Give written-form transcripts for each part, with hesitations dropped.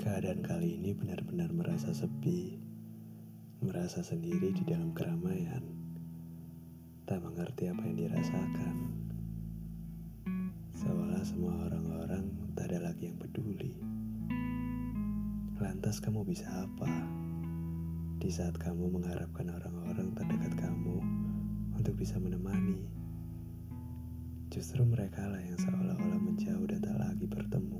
Keadaan kali ini benar-benar merasa sepi, merasa sendiri di dalam keramaian, tak mengerti apa yang dirasakan. Seolah semua orang-orang tak ada lagi yang peduli. Lantas kamu bisa apa di saat kamu mengharapkan orang-orang terdekat kamu untuk bisa menemani? Justru mereka lah yang seolah-olah menjauh dan tak lagi bertemu.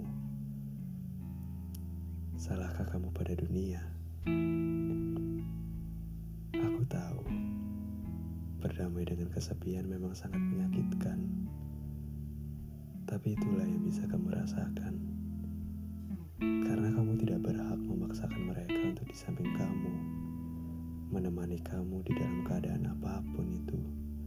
Salahkah kamu pada dunia? Aku tahu, berdamai dengan kesepian memang sangat menyakitkan. Tapi itulah yang bisa kamu rasakan. Karena kamu tidak berhak memaksakan mereka untuk di samping kamu, menemani kamu di dalam keadaan apapun itu.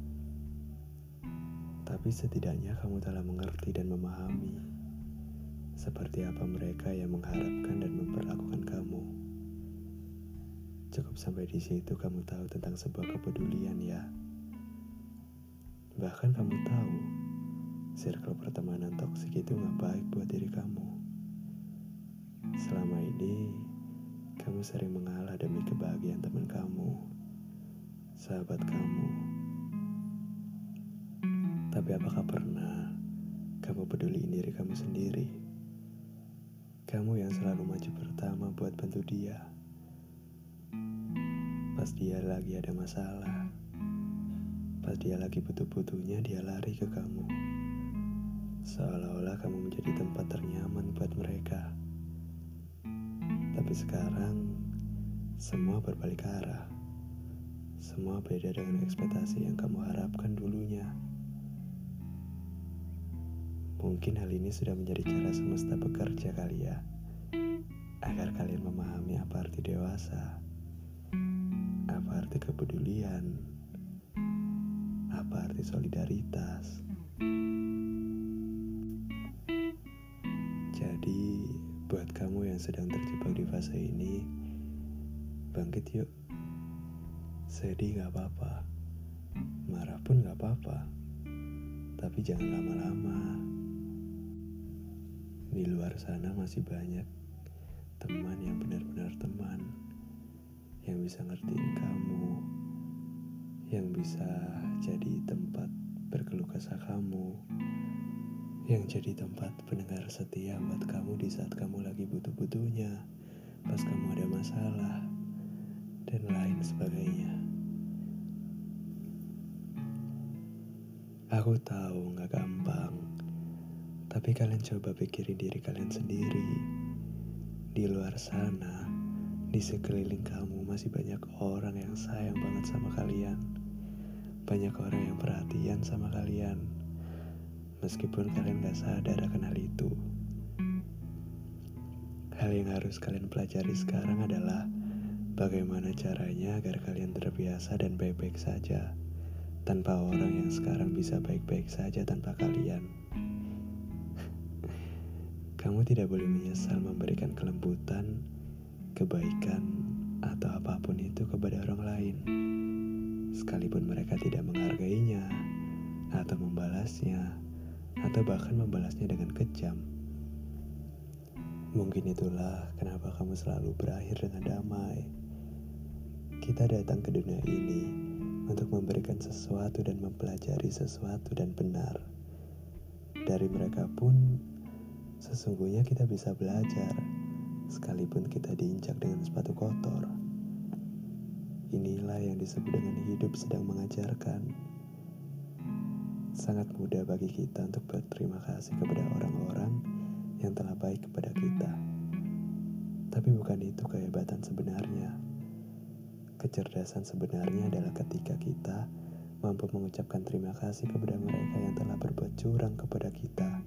Tapi setidaknya kamu telah mengerti dan memahami seperti apa mereka yang mengharapkan dan memperlakukan kamu. Cukup sampai di situ kamu tahu tentang sebuah kepedulian ya. Bahkan kamu tahu, circle pertemanan toksik itu gak baik buat diri kamu. Selama ini, kamu sering mengalah demi kebahagiaan teman kamu, sahabat kamu. Tapi apakah pernah kamu peduliin diri kamu sendiri? Kamu yang selalu maju pertama buat bantu dia. Pas dia lagi ada masalah, pas dia lagi butuh-butuhnya, dia lari ke kamu. Seolah-olah kamu menjadi tempat ternyaman buat mereka. Tapi sekarang, semua berbalik arah. Semua beda dengan ekspektasi yang kamu harapkan dulunya. Mungkin hal ini sudah menjadi cara semesta bekerja kali ya, agar kalian memahami apa arti dewasa, apa arti kepedulian, apa arti solidaritas. Jadi, buat kamu yang sedang terjebak di fase ini, bangkit yuk. Sedih gak apa-apa, marah pun gak apa-apa, tapi jangan lama-lama. Di luar sana masih banyak teman yang benar-benar teman, yang bisa ngertiin kamu, yang bisa jadi tempat berkeluh kesah kamu, yang jadi tempat pendengar setia buat kamu di saat kamu lagi butuh-butuhnya, pas kamu ada masalah, dan lain sebagainya. Aku tahu gak gampang, tapi kalian coba pikirin diri kalian sendiri. Di luar sana, di sekeliling kamu masih banyak orang yang sayang banget sama kalian. Banyak orang yang perhatian sama kalian, meskipun kalian gak sadar akan hal itu. Hal yang harus kalian pelajari sekarang adalah bagaimana caranya agar kalian terbiasa dan baik-baik saja, tanpa orang yang sekarang bisa baik-baik saja tanpa kalian. Kamu tidak boleh menyesal memberikan kelembutan, kebaikan, atau apapun itu kepada orang lain, sekalipun mereka tidak menghargainya, atau membalasnya, atau bahkan membalasnya dengan kejam. Mungkin itulah kenapa kamu selalu berakhir dengan damai. Kita datang ke dunia ini untuk memberikan sesuatu dan mempelajari sesuatu dan benar. Dari mereka pun, sesungguhnya kita bisa belajar, sekalipun kita diinjak dengan sepatu kotor. Inilah yang disebut dengan hidup sedang mengajarkan. Sangat mudah bagi kita untuk berterima kasih kepada orang-orang yang telah baik kepada kita. Tapi bukan itu kehebatan sebenarnya. Kecerdasan sebenarnya adalah ketika kita mampu mengucapkan terima kasih kepada mereka yang telah berbuat curang kepada kita.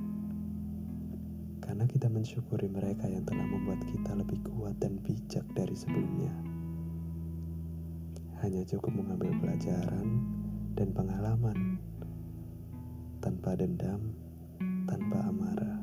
Karena kita mensyukuri mereka yang telah membuat kita lebih kuat dan bijak dari sebelumnya. Hanya cukup mengambil pelajaran dan pengalaman, tanpa dendam, tanpa amarah.